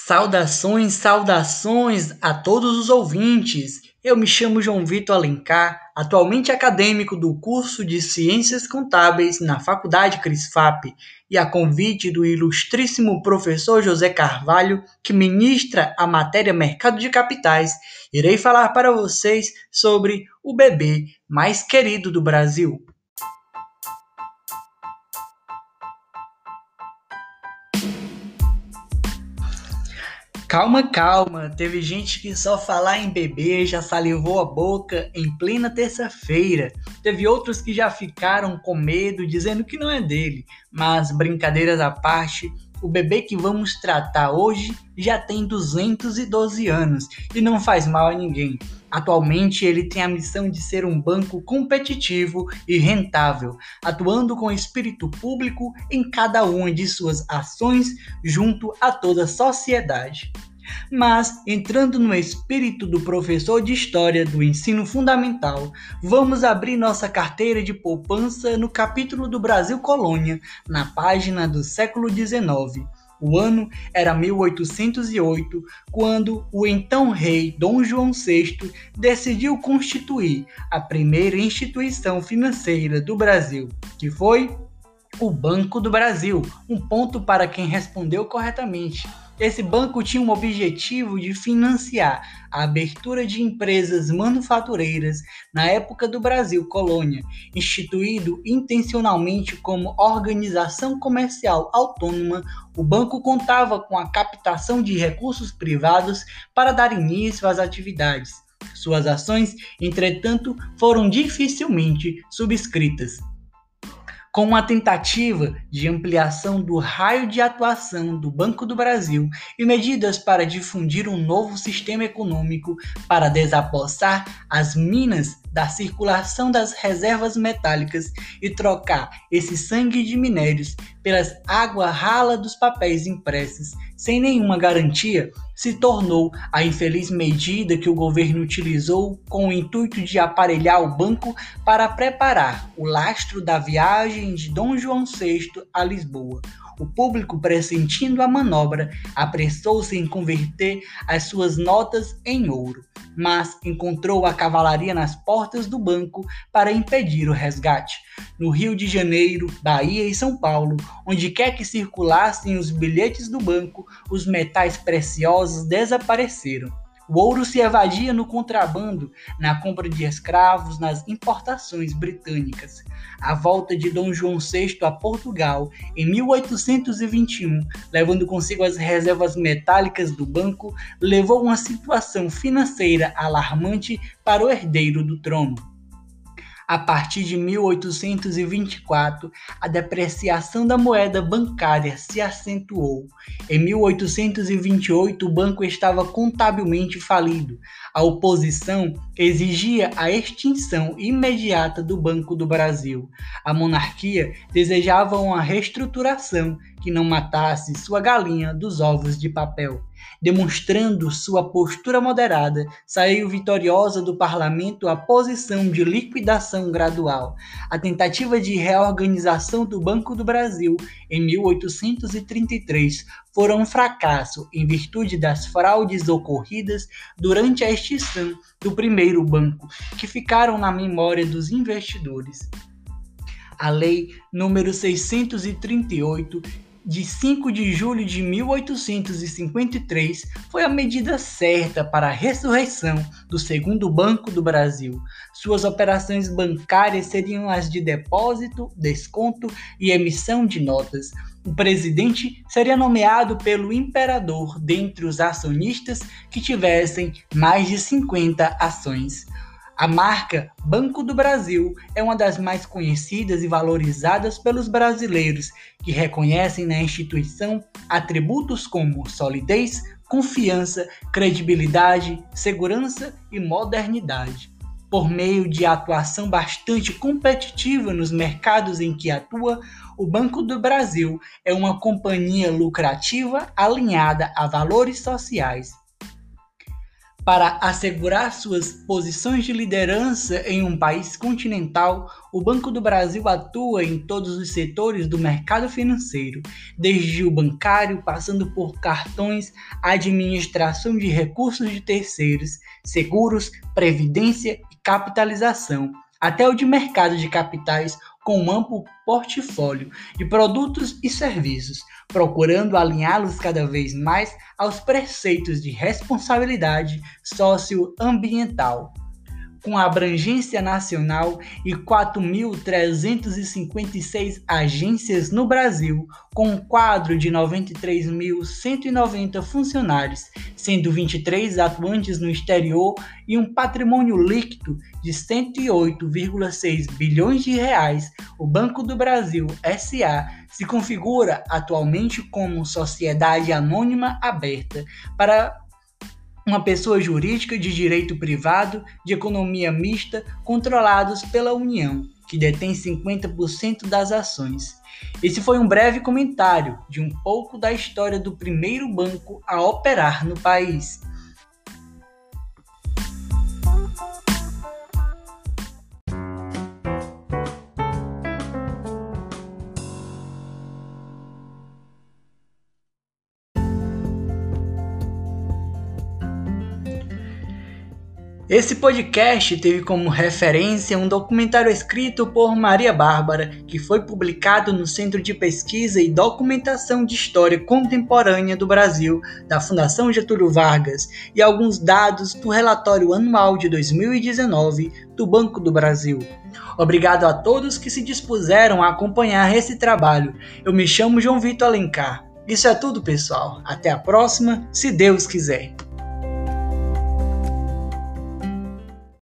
Saudações, saudações a todos os ouvintes. Eu me chamo João Vitor Alencar, atualmente acadêmico do curso de Ciências Contábeis na Faculdade CRISFAP, e a convite do ilustríssimo professor José Carvalho, que ministra a matéria Mercado de Capitais, irei falar para vocês sobre o bebê mais querido do Brasil. Calma, calma. Teve gente que só falar em bebê já salivou a boca em plena terça-feira. Teve outros que já ficaram com medo, dizendo que não é dele. Mas, brincadeiras à parte, o bebê que vamos tratar hoje já tem 212 anos e não faz mal a ninguém. Atualmente, ele tem a missão de ser um banco competitivo e rentável, atuando com espírito público em cada uma de suas ações junto a toda a sociedade. Mas, entrando no espírito do professor de História do Ensino Fundamental, vamos abrir nossa carteira de poupança no capítulo do Brasil Colônia, na página do século XIX. O ano era 1808, quando o então rei Dom João VI decidiu constituir a primeira instituição financeira do Brasil, que foi o Banco do Brasil. Um ponto para quem respondeu corretamente. Esse banco tinha um objetivo de financiar a abertura de empresas manufatureiras na época do Brasil Colônia, instituído intencionalmente como organização comercial autônoma. O banco contava com a captação de recursos privados para dar início às atividades. Suas ações, entretanto, foram dificilmente subscritas. Com uma tentativa de ampliação do raio de atuação do Banco do Brasil e medidas para difundir um novo sistema econômico para desapossar as minas da circulação das reservas metálicas e trocar esse sangue de minérios pelas água rala dos papéis impressos sem nenhuma garantia, se tornou a infeliz medida que o governo utilizou com o intuito de aparelhar o banco para preparar o lastro da viagem de Dom João VI a Lisboa. O público, pressentindo a manobra, apressou-se em converter as suas notas em ouro, mas encontrou a cavalaria nas portas do banco para impedir o resgate. No Rio de Janeiro, Bahia e São Paulo, onde quer que circulassem os bilhetes do banco, os metais preciosos desapareceram. O ouro se evadia no contrabando, na compra de escravos, nas importações britânicas. A volta de Dom João VI a Portugal em 1821, levando consigo as reservas metálicas do banco, levou a uma situação financeira alarmante para o herdeiro do trono. A partir de 1824, a depreciação da moeda bancária se acentuou. Em 1828, o banco estava contabilmente falido. A oposição exigia a extinção imediata do Banco do Brasil. A monarquia desejava uma reestruturação que não matasse sua galinha dos ovos de papel. Demonstrando sua postura moderada, saiu vitoriosa do parlamento a posição de liquidação gradual. A tentativa de reorganização do Banco do Brasil em 1833 foi um fracasso em virtude das fraudes ocorridas durante a extinção do primeiro banco, que ficaram na memória dos investidores. A Lei nº 638, de 5 de julho de 1853, foi a medida certa para a ressurreição do segundo Banco do Brasil. Suas operações bancárias seriam as de depósito, desconto e emissão de notas. O presidente seria nomeado pelo imperador dentre os acionistas que tivessem mais de 50 ações. A marca Banco do Brasil é uma das mais conhecidas e valorizadas pelos brasileiros, que reconhecem na instituição atributos como solidez, confiança, credibilidade, segurança e modernidade. Por meio de atuação bastante competitiva nos mercados em que atua, o Banco do Brasil é uma companhia lucrativa alinhada a valores sociais. Para assegurar suas posições de liderança em um país continental, o Banco do Brasil atua em todos os setores do mercado financeiro, desde o bancário, passando por cartões, administração de recursos de terceiros, seguros, previdência e capitalização, até o de mercado de capitais, com um amplo portfólio de produtos e serviços, procurando alinhá-los cada vez mais aos preceitos de responsabilidade socioambiental. Com abrangência nacional e 4.356 agências no Brasil, com um quadro de 93.190 funcionários, sendo 23 atuantes no exterior e um patrimônio líquido de 108,6 bilhões de reais, o Banco do Brasil S.A. se configura atualmente como sociedade anônima aberta para uma pessoa jurídica de direito privado, de economia mista, controlados pela União, que detém 50% das ações. Esse foi um breve comentário de um pouco da história do primeiro banco a operar no país. Esse podcast teve como referência um documentário escrito por Maria Bárbara, que foi publicado no Centro de Pesquisa e Documentação de História Contemporânea do Brasil, da Fundação Getúlio Vargas, e alguns dados do relatório anual de 2019 do Banco do Brasil. Obrigado a todos que se dispuseram a acompanhar esse trabalho. Eu me chamo João Vitor Alencar. Isso é tudo, pessoal. Até a próxima, se Deus quiser.